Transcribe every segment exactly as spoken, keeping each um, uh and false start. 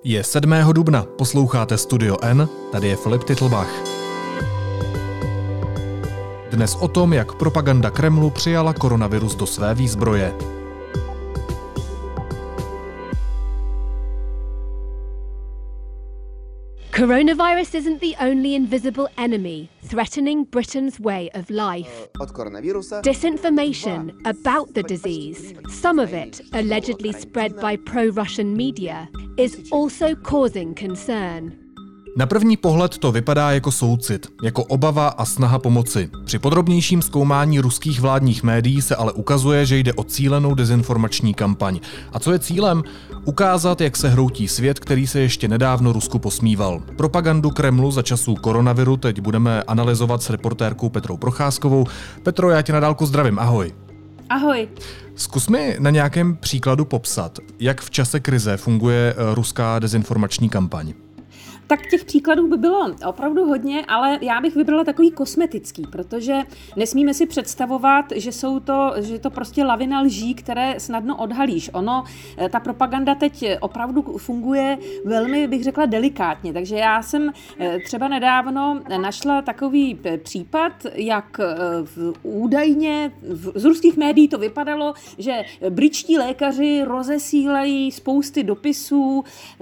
Je sedmého dubna, posloucháte Studio N, tady je Filip Titlbach. Dnes o tom, jak propaganda Kremlu přijala koronavirus do své výzbroje. Coronavirus isn't the only invisible enemy threatening Britain's way of life. Disinformation about the disease, some of it allegedly spread by pro-Russian media, is also causing concern. Na první pohled to vypadá jako soucit, jako obava a snaha pomoci. Při podrobnějším zkoumání ruských vládních médií se ale ukazuje, že jde o cílenou dezinformační kampaň. A co je cílem? Ukázat, jak se hroutí svět, který se ještě nedávno Rusku posmíval. Propagandu Kremlu za časů koronaviru teď budeme analyzovat s reportérkou Petrou Procházkovou. Petro, já tě na dálku zdravím, ahoj. Ahoj. Zkus mi na nějakém příkladu popsat, jak v čase krize funguje ruská dezinformační kampaň. Tak těch příkladů by bylo opravdu hodně, ale já bych vybrala takový kosmetický, protože nesmíme si představovat, že jsou to, že je to prostě lavina lží, které snadno odhalíš. Ono, ta propaganda teď opravdu funguje velmi, bych řekla, delikátně, takže já jsem třeba nedávno našla takový případ, jak údajně z ruských médií to vypadalo, že britští lékaři rozesílají spousty dopisů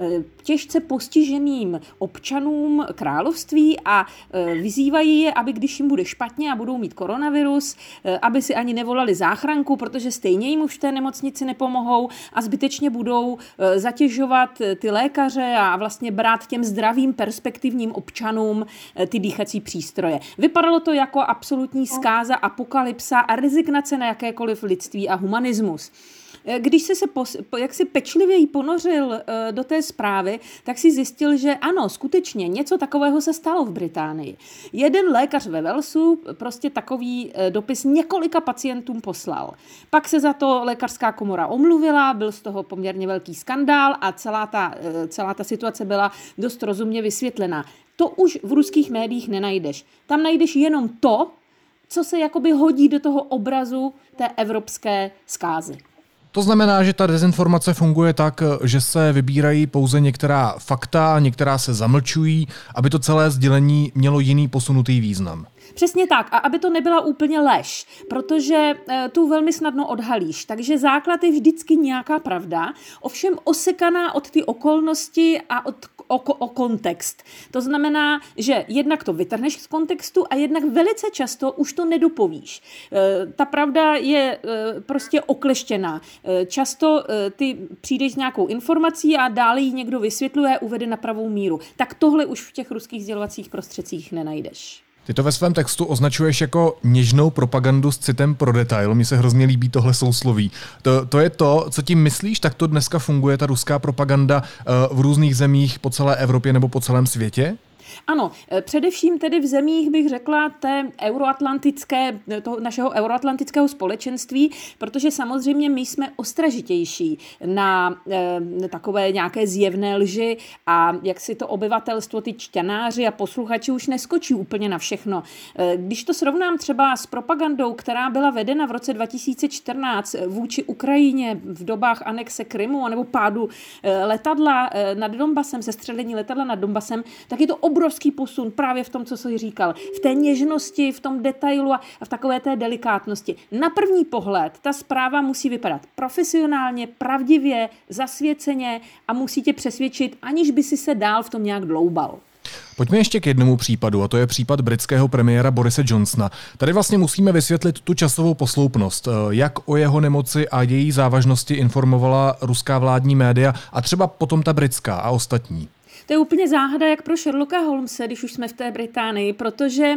těžce postiženým občanům království a vyzývají je, aby když jim bude špatně a budou mít koronavirus, aby si ani nevolali záchranku, protože stejně jim už v té nemocnici nepomohou a zbytečně budou zatěžovat ty lékaře a vlastně brát těm zdravým perspektivním občanům ty dýchací přístroje. Vypadalo to jako absolutní zkáza, apokalypsa a rezignace na jakékoliv lidství a humanismus. Když jsi se pos, jak si pečlivěji ponořil uh, do té zprávy, tak si zjistil, že ano, skutečně něco takového se stalo v Británii. Jeden lékař ve Walesu prostě takový uh, dopis několika pacientům poslal. Pak se za to lékařská komora omluvila, byl z toho poměrně velký skandál a celá ta, uh, celá ta situace byla dost rozumně vysvětlená. To už v ruských médiích nenajdeš. Tam najdeš jenom to, co se jakoby hodí do toho obrazu té evropské zkázy. To znamená, že ta dezinformace funguje tak, že se vybírají pouze některá fakta, některá se zamlčují, aby to celé sdělení mělo jiný posunutý význam. Přesně tak, a aby to nebyla úplně lež, protože e, tu velmi snadno odhalíš. Takže základ je vždycky nějaká pravda, ovšem osekaná od ty okolnosti a od O, o kontext. To znamená, že jednak to vytrhneš z kontextu a jednak velice často už to nedopovíš. E, ta pravda je e, prostě okleštěná. E, často e, ty přijdeš s nějakou informací a dále ji někdo vysvětluje a uvede na pravou míru. Tak tohle už v těch ruských sdělovacích prostředcích nenajdeš. Ty to ve svém textu označuješ jako něžnou propagandu s citem pro detail. Mně se hrozně líbí tohle sousloví. To, to je to, co tím myslíš, tak to dneska funguje ta ruská propaganda v různých zemích po celé Evropě nebo po celém světě? Ano, především tedy v zemích, bych řekla, té euroatlantické, toho našeho euroatlantického společenství, protože samozřejmě my jsme ostražitější na e, takové nějaké zjevné lži a jak si to obyvatelstvo, ty čtenáři a posluchači už neskočí úplně na všechno. E, když to srovnám třeba s propagandou, která byla vedena v roce dva tisíce čtrnáct vůči Ukrajině v dobách anexe Krymu nebo pádu e, letadla e, nad Donbasem, sestřelení letadla nad Donbasem, tak je to obrovský posun právě v tom, co jsi říkal. V té něžnosti, v tom detailu a v takové té delikátnosti. Na první pohled ta zpráva musí vypadat profesionálně, pravdivě, zasvěceně a musí tě přesvědčit, aniž by si se dál v tom nějak dloubal. Pojďme ještě k jednomu případu, a to je případ britského premiéra Borise Johnsona. Tady vlastně musíme vysvětlit tu časovou posloupnost, jak o jeho nemoci a její závažnosti informovala ruská vládní média a třeba potom ta britská a ostatní. To je úplně záhada jak pro Sherlocka Holmese, když už jsme v té Británii, protože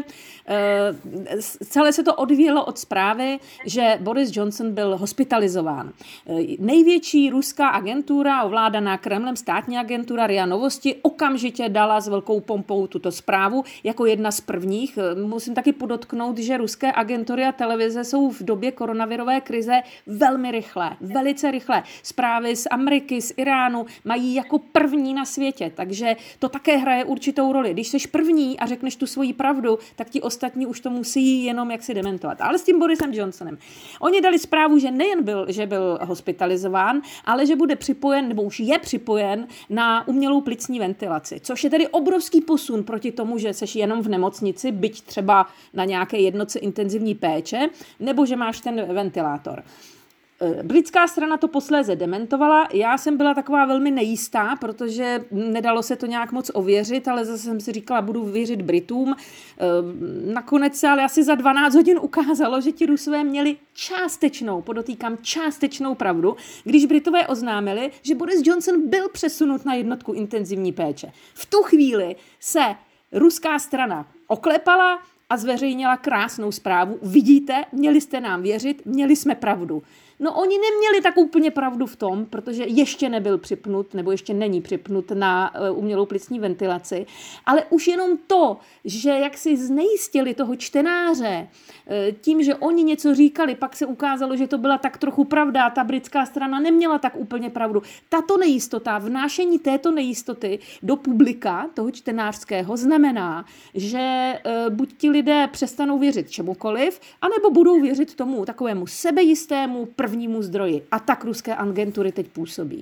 e, celé se to odvíjelo od zprávy, že Boris Johnson byl hospitalizován. E, největší ruská agentura, ovládaná Kremlem, státní agentura R I A Novosti, okamžitě dala s velkou pompou tuto zprávu jako jedna z prvních. E, musím taky podotknout, že ruské agentury a televize jsou v době koronavirové krize velmi rychlé, velice rychlé. Zprávy z Ameriky, z Iránu mají jako první na světě, takže že to také hraje určitou roli. Když jsi první a řekneš tu svoji pravdu, tak ti ostatní už to musí jenom jaksi dementovat. Ale s tím Borisem Johnsonem. Oni dali zprávu, že nejen byl, že byl hospitalizován, ale že bude připojen, nebo už je připojen na umělou plicní ventilaci, což je tedy obrovský posun proti tomu, že seš jenom v nemocnici, byť třeba na nějaké jednotce intenzivní péče, nebo že máš ten ventilátor. Britská strana to posléze dementovala, já jsem byla taková velmi nejistá, protože nedalo se to nějak moc ověřit, ale zase jsem si říkala, budu věřit Britům. Nakonec se ale asi za dvanáct hodin ukázalo, že ti Rusové měli částečnou, podotýkám částečnou pravdu, když Britové oznámili, že Boris Johnson byl přesunut na jednotku intenzivní péče. V tu chvíli se ruská strana oklepala a zveřejnila krásnou zprávu. Vidíte, měli jste nám věřit, měli jsme pravdu. No oni neměli tak úplně pravdu v tom, protože ještě nebyl připnut, nebo ještě není připnut na umělou plicní ventilaci, ale už jenom to, že jak si znejistili toho čtenáře tím, že oni něco říkali, pak se ukázalo, že to byla tak trochu pravda a ta britská strana neměla tak úplně pravdu. Tato nejistota, vnášení této nejistoty do publika, toho čtenářského, znamená, že buď ti lidé přestanou věřit čemukoliv, anebo budou věřit tomu takovému sebejistému prvnímu zdroji. A tak ruské agentury teď působí.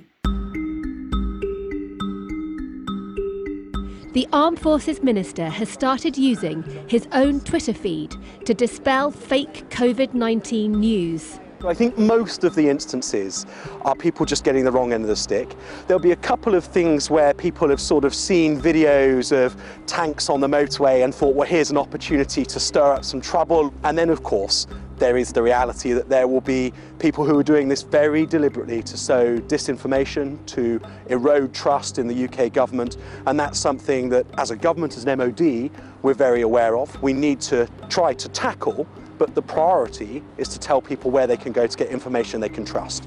The Armed Forces Minister has started using his own Twitter feed to dispel fake COVID nineteen news. I think most of the instances are people just getting the wrong end of the stick. There'll be a couple of things where people have sort of seen videos of tanks on the motorway and thought, well, here's an opportunity to stir up some trouble. And then, of course, there is the reality that there will be people who are doing this very deliberately to sow disinformation, to erode trust in the U K government, and that's something that, as a government, as an M O D, we're very aware of. We need to try to tackle, but the priority is to tell people where they can go to get information they can trust.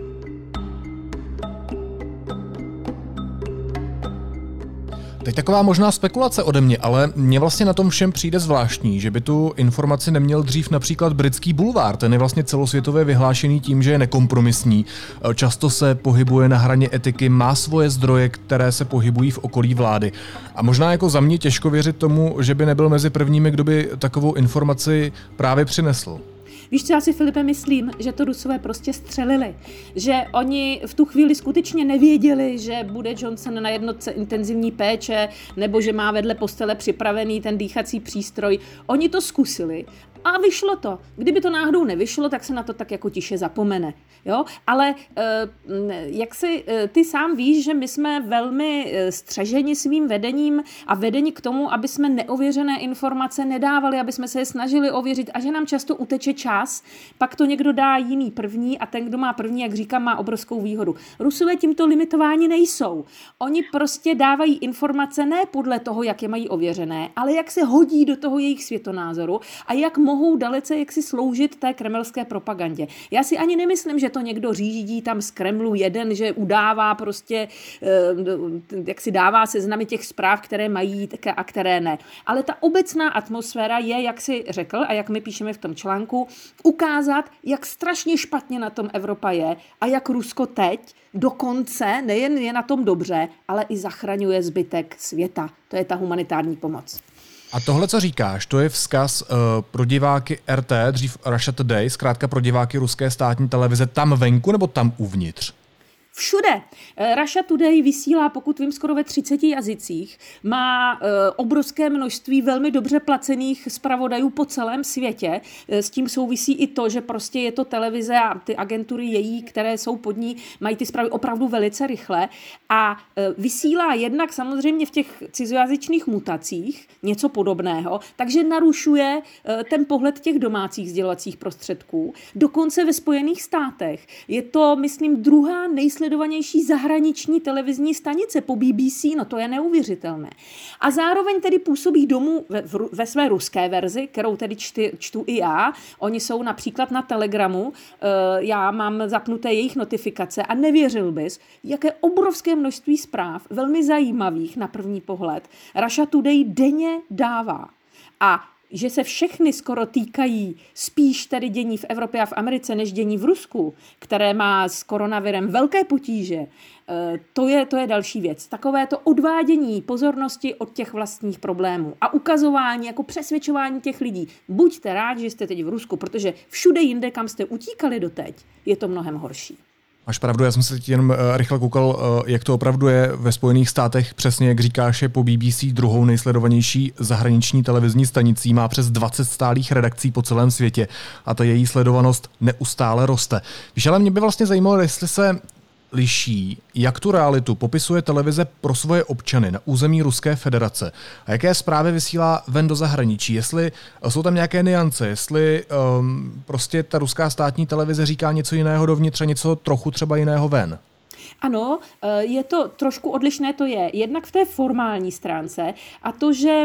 Teď taková možná spekulace ode mě, ale mně vlastně na tom všem přijde zvláštní, že by tu informaci neměl dřív například britský bulvár. Ten je vlastně celosvětově vyhlášený tím, že je nekompromisní. Často se pohybuje na hraně etiky, má svoje zdroje, které se pohybují v okolí vlády. A možná jako za mě těžko věřit tomu, že by nebyl mezi prvními, kdo by takovou informaci právě přinesl. Víš, co já si, Filipe, myslím, že to Rusové prostě střelili. Že oni v tu chvíli skutečně nevěděli, že bude Johnson na jednotce intenzivní péče nebo že má vedle postele připravený ten dýchací přístroj. Oni to zkusili a vyšlo to. Kdyby to náhodou nevyšlo, tak se na to tak jako tiše zapomene. Jo? Ale jak si ty sám víš, že my jsme velmi střeženi svým vedením a vedeni k tomu, aby jsme neověřené informace nedávali, aby jsme se je snažili ověřit a že nám často uteče čas, pak to někdo dá jiný první a ten, kdo má první, jak říkám, má obrovskou výhodu. Rusové tímto limitováni nejsou. Oni prostě dávají informace ne podle toho, jak je mají ověřené, ale jak se hodí do toho jejich světonázoru a jak mohou dalece jaksi sloužit té kremelské propagandě. Já si ani nemyslím, že to někdo řídí tam z Kremlu jeden, že udává prostě, jak si dává seznamy těch zpráv, které mají a které ne. Ale ta obecná atmosféra je, jak si řekl a jak my píšeme v tom článku, ukázat, jak strašně špatně na tom Evropa je a jak Rusko teď dokonce nejen je na tom dobře, ale i zachraňuje zbytek světa. To je ta humanitární pomoc. A tohle, co říkáš, to je vzkaz uh, pro diváky R T, dřív Russia Today, zkrátka pro diváky ruské státní televize, tam venku nebo tam uvnitř? Všude. Russia Today vysílá, pokud vím, skoro ve třiceti jazycích. Má e, obrovské množství velmi dobře placených zpravodajů po celém světě. E, s tím souvisí i to, že prostě je to televize a ty agentury její, které jsou pod ní, mají ty zprávy opravdu velice rychle. A e, vysílá jednak samozřejmě v těch cizojazyčných mutacích něco podobného, takže narušuje e, ten pohled těch domácích sdělovacích prostředků. Dokonce ve Spojených státech. Je to, myslím, druhá nejsledovanější sledovanější zahraniční televizní stanice po B B C, no to je neuvěřitelné. A zároveň tedy působí domů ve, ve své ruské verzi, kterou tedy čty, čtu i já. Oni jsou například na Telegramu, já mám zapnuté jejich notifikace a nevěřil bys, jaké obrovské množství zpráv, velmi zajímavých na první pohled, Russia Today denně dává. A že se všechny skoro týkají spíš tady dění v Evropě a v Americe, než dění v Rusku, které má s koronavirem velké potíže, to je, to je další věc. Takové to odvádění pozornosti od těch vlastních problémů a ukazování, jako přesvědčování těch lidí. Buďte rádi, že jste teď v Rusku, protože všude jinde, kam jste utíkali doteď, je to mnohem horší. Máš pravdu, já jsem se teď jen rychle koukal, jak to opravdu je ve Spojených státech. Přesně, jak říkáš, je po B B C druhou nejsledovanější zahraniční televizní stanicí, má přes dvacet stálých redakcí po celém světě a ta její sledovanost neustále roste. Víš, ale mě by vlastně zajímalo, jestli se liší, jak tu realitu popisuje televize pro svoje občany na území Ruské federace a jaké zprávy vysílá ven do zahraničí, jestli jsou tam nějaké nuance, jestli um, prostě ta ruská státní televize říká něco jiného dovnitř a něco trochu třeba jiného ven. Ano, je to trošku odlišné, to je jednak v té formální stránce a to, že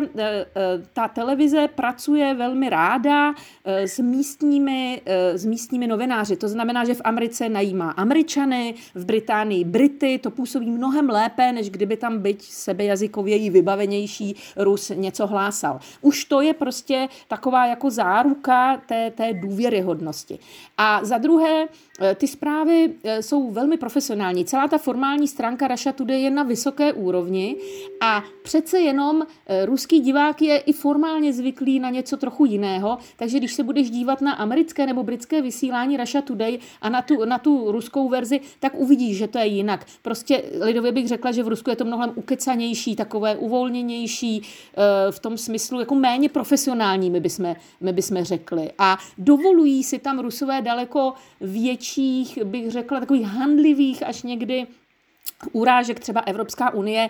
ta televize pracuje velmi ráda s místními, s místními novináři. To znamená, že v Americe najímá Američany, v Británii Brity, to působí mnohem lépe, než kdyby tam byť sebejazykověji vybavenější Rus něco hlásal. Už to je prostě taková jako záruka té, té důvěryhodnosti. A za druhé, ty zprávy jsou velmi profesionální. Celá ta formální stránka Russia Today je na vysoké úrovni a přece jenom ruský divák je i formálně zvyklý na něco trochu jiného, takže když se budeš dívat na americké nebo britské vysílání Russia Today a na tu, na tu ruskou verzi, tak uvidíš, že to je jinak. Prostě lidově bych řekla, že v Rusku je to mnohem ukecanější, takové uvolněnější, v tom smyslu jako méně profesionální, my bychom, my bychom řekli. A dovolují si tam Rusové daleko větších, bych řekla, takových handlivých až někdy urážek. Třeba Evropská unie,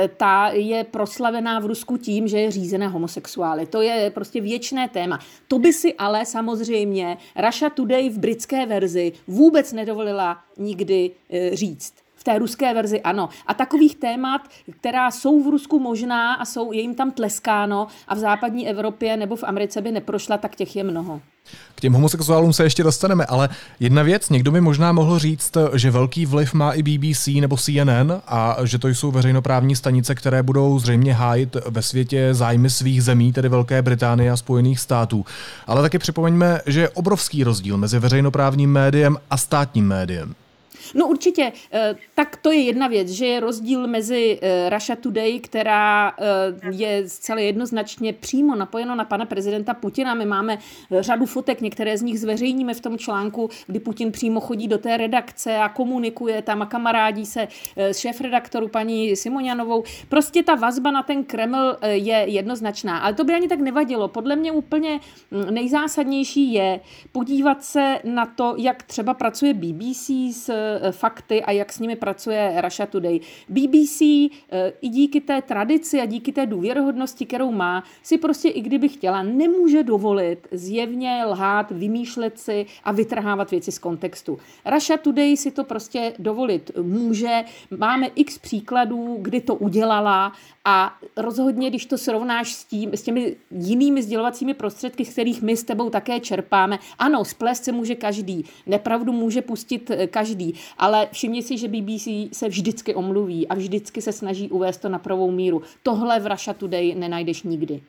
ta je proslavená v Rusku tím, že je řízená homosexuály. To je prostě věčné téma. To by si ale samozřejmě Russia Today v britské verzi vůbec nedovolila nikdy říct. V té ruské verzi ano. A takových témat, která jsou v Rusku možná a jsou, je jim tam tleskáno a v západní Evropě nebo v Americe by neprošla, tak těch je mnoho. K těm homosexuálům se ještě dostaneme, ale jedna věc, někdo by možná mohl říct, že velký vliv má i B B C nebo C N N a že to jsou veřejnoprávní stanice, které budou zřejmě hájit ve světě zájmy svých zemí, tedy Velké Británie a Spojených států. Ale taky připomeňme, že je obrovský rozdíl mezi veřejnoprávním médiem a státním médiem. No určitě, tak to je jedna věc, že je rozdíl mezi Russia Today, která je zcela jednoznačně přímo napojeno na pana prezidenta Putina. My máme řadu fotek, některé z nich zveřejníme v tom článku, kdy Putin přímo chodí do té redakce a komunikuje tam a kamarádí se s šéfredaktorů paní Simonianovou. Prostě ta vazba na ten Kreml je jednoznačná, ale to by ani tak nevadilo. Podle mě úplně nejzásadnější je podívat se na to, jak třeba pracuje B B C s fakty a jak s nimi pracuje Russia Today. B B C i díky té tradici a díky té důvěryhodnosti, kterou má, si prostě i kdyby chtěla, nemůže dovolit zjevně lhát, vymýšlet si a vytrhávat věci z kontextu. Russia Today si to prostě dovolit může. Máme x příkladů, kdy to udělala a rozhodně, když to srovnáš s tím, s těmi jinými sdělovacími prostředky, z kterých my s tebou také čerpáme. Ano, splést se může každý, nepravdu může pustit každý, ale všimni si, že B B C se vždycky omluví a vždycky se snaží uvést to na pravou míru. Tohle v Russia Today nenajdeš nikdy.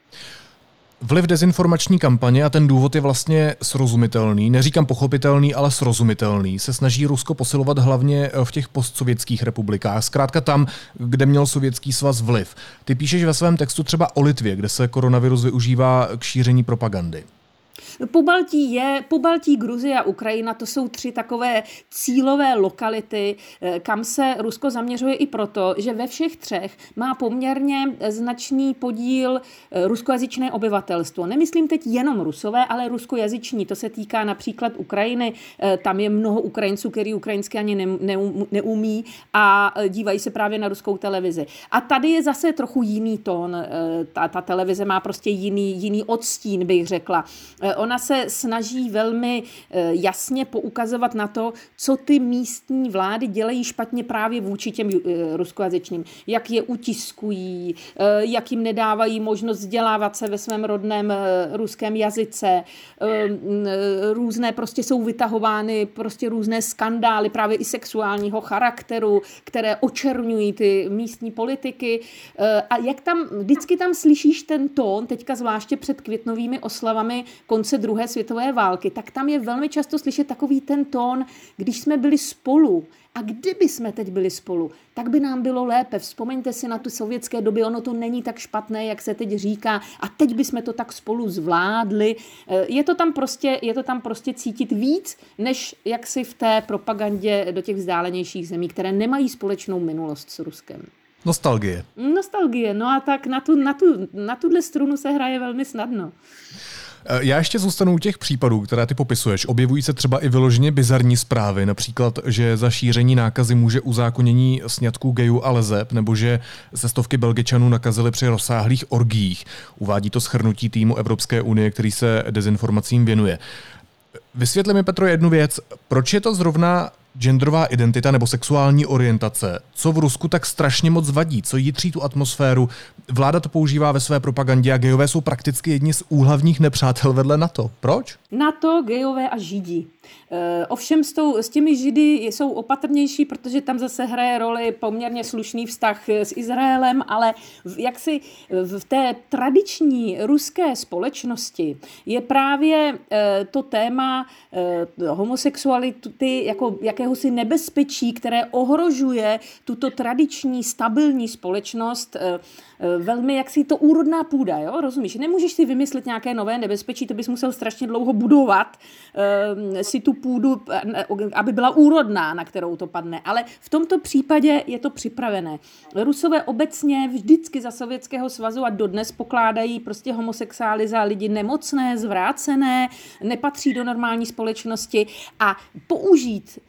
Vliv dezinformační kampaně, a ten důvod je vlastně srozumitelný, neříkám pochopitelný, ale srozumitelný, se snaží Rusko posilovat hlavně v těch postsovětských republikách, zkrátka tam, kde měl Sovětský svaz vliv. Ty píšeš ve svém textu třeba o Litvě, kde se koronavirus využívá k šíření propagandy. Pobaltí je, Pobaltí, Gruzie a Ukrajina, to jsou tři takové cílové lokality, kam se Rusko zaměřuje i proto, že ve všech třech má poměrně značný podíl ruskojazyčné obyvatelstvo. Nemyslím teď jenom Rusové, ale ruskojazyční. To se týká například Ukrajiny. Tam je mnoho Ukrajinců, který ukrajinsky ani neumí a dívají se právě na ruskou televizi. A tady je zase trochu jiný tón. Ta, ta televize má prostě jiný, jiný odstín, bych řekla. On ona se snaží velmi jasně poukazovat na to, co ty místní vlády dělají špatně právě vůči těm ruskojazyčným. Jak je utiskují, jak jim nedávají možnost vzdělávat se ve svém rodném ruském jazyce. Různé prostě jsou vytahovány prostě různé skandály právě i sexuálního charakteru, které očerňují ty místní politiky. A jak tam, vždycky tam slyšíš ten tón, teďka zvláště před květnovými oslavami konce druhé světové války, tak tam je velmi často slyšet takový ten tón, když jsme byli spolu. A kdyby jsme teď byli spolu, tak by nám bylo lépe. Vzpomeňte si na tu sovětské doby, ono to není tak špatné, jak se teď říká, a teď bychom to tak spolu zvládli. Je to tam prostě, je to tam prostě cítit víc, než jak si v té propagandě do těch vzdálenějších zemí, které nemají společnou minulost s Ruskem. Nostalgie. Nostalgie, no a tak na, tu, na, tu, na tuhle strunu se hraje velmi snadno. Já ještě zůstanu u těch případů, které ty popisuješ. Objevují se třeba i vyloženě bizarní zprávy, například, že za šíření nákazy může uzákonění sňatků gejů a leseb, nebo že se stovky Belgičanů nakazily při rozsáhlých orgiích. Uvádí to shrnutí týmu Evropské unie, který se dezinformacím věnuje. Vysvětli mi, Petro, jednu věc. Proč je to zrovna genderová identita nebo sexuální orientace, co v Rusku tak strašně moc vadí, co jitří tu atmosféru? Vláda to používá ve své propagandě a gejové jsou prakticky jedni z úhlavních nepřátel vedle NATO. Proč? NATO, gejové a Židi. E, ovšem s, tou, s těmi Židy jsou opatrnější, protože tam zase hraje roli poměrně slušný vztah s Izraelem, ale v, jaksi v té tradiční ruské společnosti je právě e, to téma e, homosexuality jako jakéhosi nebezpečí, které ohrožuje tuto tradiční stabilní společnost, e, velmi jaksi to úrodná půda, jo? Rozumíš? Nemůžeš si vymyslet nějaké nové nebezpečí, to bys musel strašně dlouho budovat e, si tu půdu, aby byla úrodná, na kterou to padne. Ale v tomto případě je to připravené. Rusové obecně vždycky za Sovětského svazu a dodnes pokládají prostě homosexuály za lidi nemocné, zvrácené, nepatří do normální společnosti a použít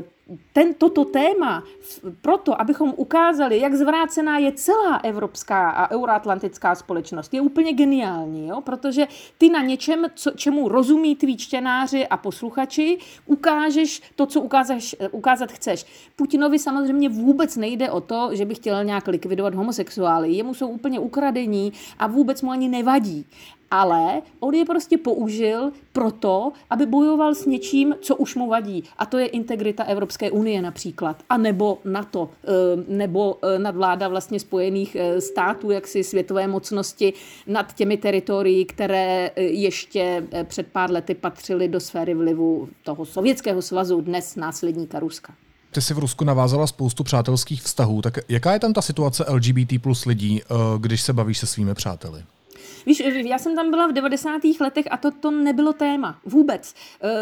ten, toto téma proto, abychom ukázali, jak zvrácená je celá evropská a euroatlantická společnost, je úplně geniální, jo? Protože ty na něčem, co, čemu rozumí tví čtenáři a posluchači, ukážeš to, co ukázeš, ukázat chceš. Putinovi samozřejmě vůbec nejde o to, že by chtěl nějak likvidovat homosexuály. Jemu jsou úplně ukradení a vůbec mu ani nevadí. Ale on je prostě použil proto, aby bojoval s něčím, co už mu vadí. A to je integrita Evropské unie například. A nebo NATO, nebo nadvláda vlastně Spojených států, jaksi světové mocnosti nad těmi teritorií, které ještě před pár lety patřily do sféry vlivu toho Sovětského svazu, dnes následníka Ruska. Ty jsi v Rusku navázala spoustu přátelských vztahů, tak jaká je tam ta situace L G B T plus lidí, když se bavíš se svými přáteli? Víš, já jsem tam byla v devadesátých letech a to, to nebylo téma vůbec.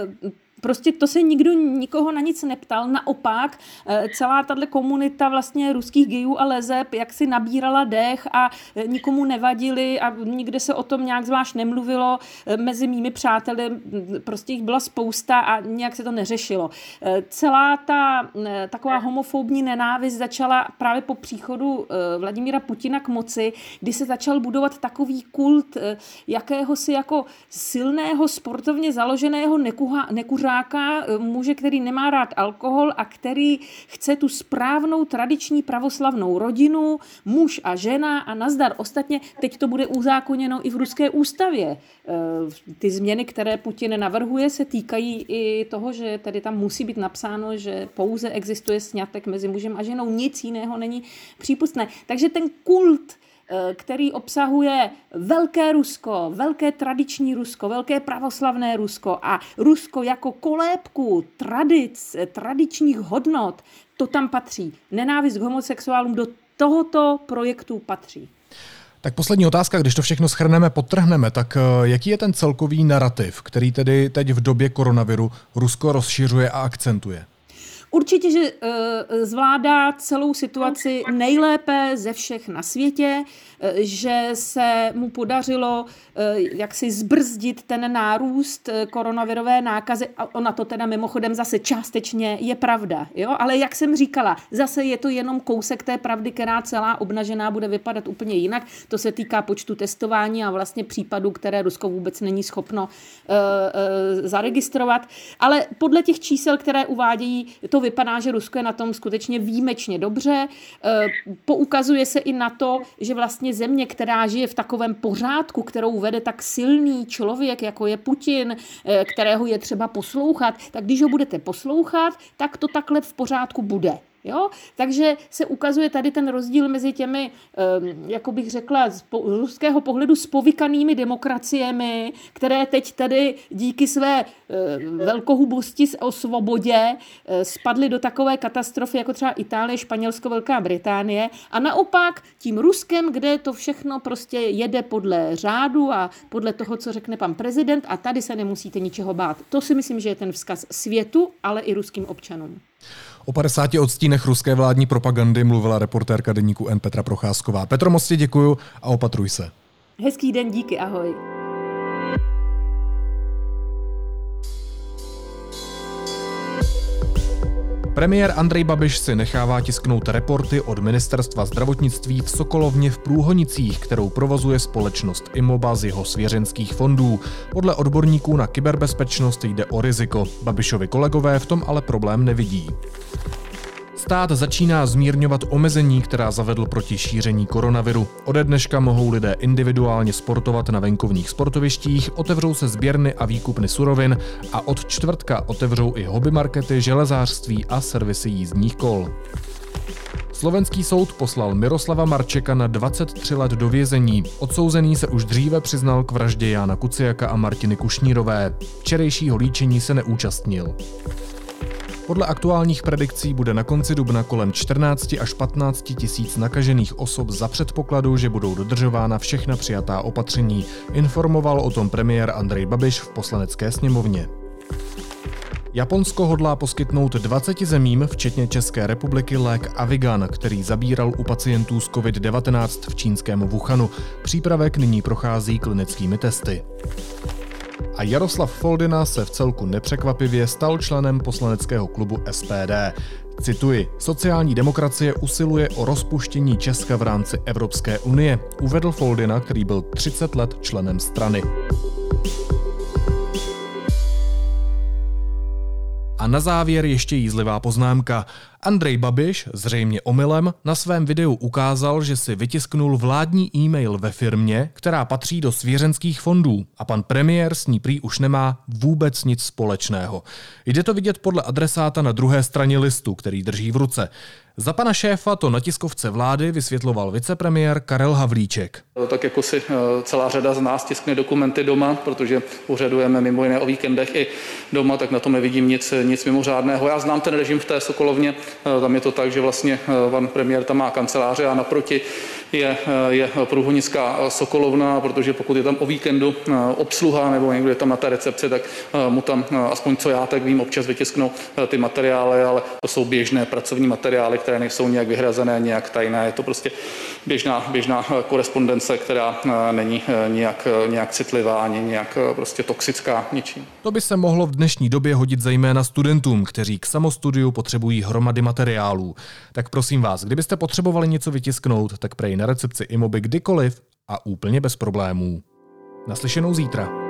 Prostě to se nikdo nikoho na nic neptal. Naopak celá tato komunita vlastně ruských gejů a leseb jak si nabírala dech a nikomu nevadili a nikde se o tom nějak zvlášť nemluvilo. Mezi mými přáteli prostě jich byla spousta a nějak se to neřešilo. Celá ta taková homofobní nenávist začala právě po příchodu Vladimíra Putina k moci, kdy se začal budovat takový kult jakéhosi jako silného sportovně založeného nekuha, nekuřáka, muže, který nemá rád alkohol a který chce tu správnou tradiční pravoslavnou rodinu, muž a žena a nazdar. Ostatně teď to bude uzákoněno i v ruské ústavě. Ty změny, které Putin navrhuje, se týkají i toho, že tady tam musí být napsáno, že pouze existuje sňatek mezi mužem a ženou, nic jiného není přípustné. Takže ten kult, který obsahuje velké Rusko, velké tradiční Rusko, velké pravoslavné Rusko a Rusko jako kolébku tradic, tradičních hodnot, to tam patří. Nenávist k homosexuálům do tohoto projektu patří. Tak poslední otázka, když to všechno shrneme, podtrhneme, tak jaký je ten celkový narrativ, který tedy teď v době koronaviru Rusko rozšiřuje a akcentuje? Určitě, že uh, zvládá celou situaci nejlépe ze všech na světě, uh, že se mu podařilo uh, jaksi zbrzdit ten nárůst uh, koronavirové nákazy. A ona to teda mimochodem zase částečně je pravda. Jo? Ale jak jsem říkala, zase je to jenom kousek té pravdy, která celá obnažená bude vypadat úplně jinak. To se týká počtu testování a vlastně případů, které Rusko vůbec není schopno uh, uh, zaregistrovat. Ale podle těch čísel, které uvádějí, to vypadá, že Rusko je na tom skutečně výjimečně dobře. Poukazuje se i na to, že vlastně země, která žije v takovém pořádku, kterou vede tak silný člověk, jako je Putin, kterého je třeba poslouchat, tak když ho budete poslouchat, tak to takhle v pořádku bude. Jo? Takže se ukazuje tady ten rozdíl mezi těmi, jako bych řekla, z ruského pohledu spovykanými demokraciemi, které teď tady díky své velkohubosti o svobodě spadly do takové katastrofy, jako třeba Itálie, Španělsko, Velká Británie, a naopak tím Ruskem, kde to všechno prostě jede podle řádu a podle toho, co řekne pan prezident, a tady se nemusíte ničeho bát. To si myslím, že je ten vzkaz světu, ale i ruským občanům. O padesáti odstínech ruské vládní propagandy mluvila reportérka deníku N Petra Procházková. Petro, moc ti děkuju a opatruj se. Hezký den, díky, ahoj. Premiér Andrej Babiš si nechává tisknout reporty od Ministerstva zdravotnictví v Sokolovně v Průhonicích, kterou provozuje společnost Imoba z jeho svěřenských fondů. Podle odborníků na kyberbezpečnost jde o riziko. Babišovi kolegové v tom ale problém nevidí. Stát začíná zmírňovat omezení, která zavedl proti šíření koronaviru. Ode dneška mohou lidé individuálně sportovat na venkovních sportovištích, otevřou se sběrny a výkupny surovin a od čtvrtka otevřou i hobbymarkety, železářství a servisy jízdních kol. Slovenský soud poslal Miroslava Marčeka na dvacet tři let do vězení. Odsouzený se už dříve přiznal k vraždě Jána Kuciaka a Martiny Kušnírové. Včerejšího líčení se neúčastnil. Podle aktuálních predikcí bude na konci dubna kolem čtrnáct až patnáct tisíc nakažených osob za předpokladu, že budou dodržována všechna přijatá opatření, informoval o tom premiér Andrej Babiš v Poslanecké sněmovně. Japonsko hodlá poskytnout dvaceti zemím, včetně České republiky, lék Avigan, který zabíral u pacientů s covid devatenáct v čínském Wuhanu. Přípravek nyní prochází klinickými testy. A Jaroslav Foldyna se v celku nepřekvapivě stal členem poslaneckého klubu S P D. Cituji, sociální demokracie usiluje o rozpuštění Česka v rámci Evropské unie, uvedl Foldyna, který byl třicet let členem strany. A na závěr ještě jízlivá poznámka. Andrej Babiš, zřejmě omylem, na svém videu ukázal, že si vytisknul vládní e-mail ve firmě, která patří do svěřenských fondů, a pan premiér s ní prý už nemá vůbec nic společného. Jde to vidět podle adresáta na druhé straně listu, který drží v ruce. Za pana šéfa to na tiskovce vlády vysvětloval vicepremiér Karel Havlíček. Tak jako si celá řada z nás tiskne dokumenty doma, protože úřadujeme mimo jiné o víkendech i doma, tak na tom nevidím nic, nic mimořádného. Já znám ten režim v té Sokolovně, tam je to tak, že vlastně pan premiér tam má kanceláře a naproti je, je průhonická Sokolovna, protože pokud je tam o víkendu obsluha nebo někdo je tam na té recepci, tak mu tam, aspoň co já tak vím, občas vytisknou ty materiály, ale to jsou běžné pracovní materiály, které nejsou nějak vyhrazené, nějak tajné. Je to prostě běžná, běžná korespondence, která není nějak, nějak citlivá, ani nějak prostě toxická ničím. To by se mohlo v dnešní době hodit zejména studentům, kteří k samostudiu potřebují hromady materiálů. Tak prosím vás, kdybyste potřebovali něco vytisknout, tak prej na recepci Imoby kdykoliv a úplně bez problémů. Naslyšenou zítra.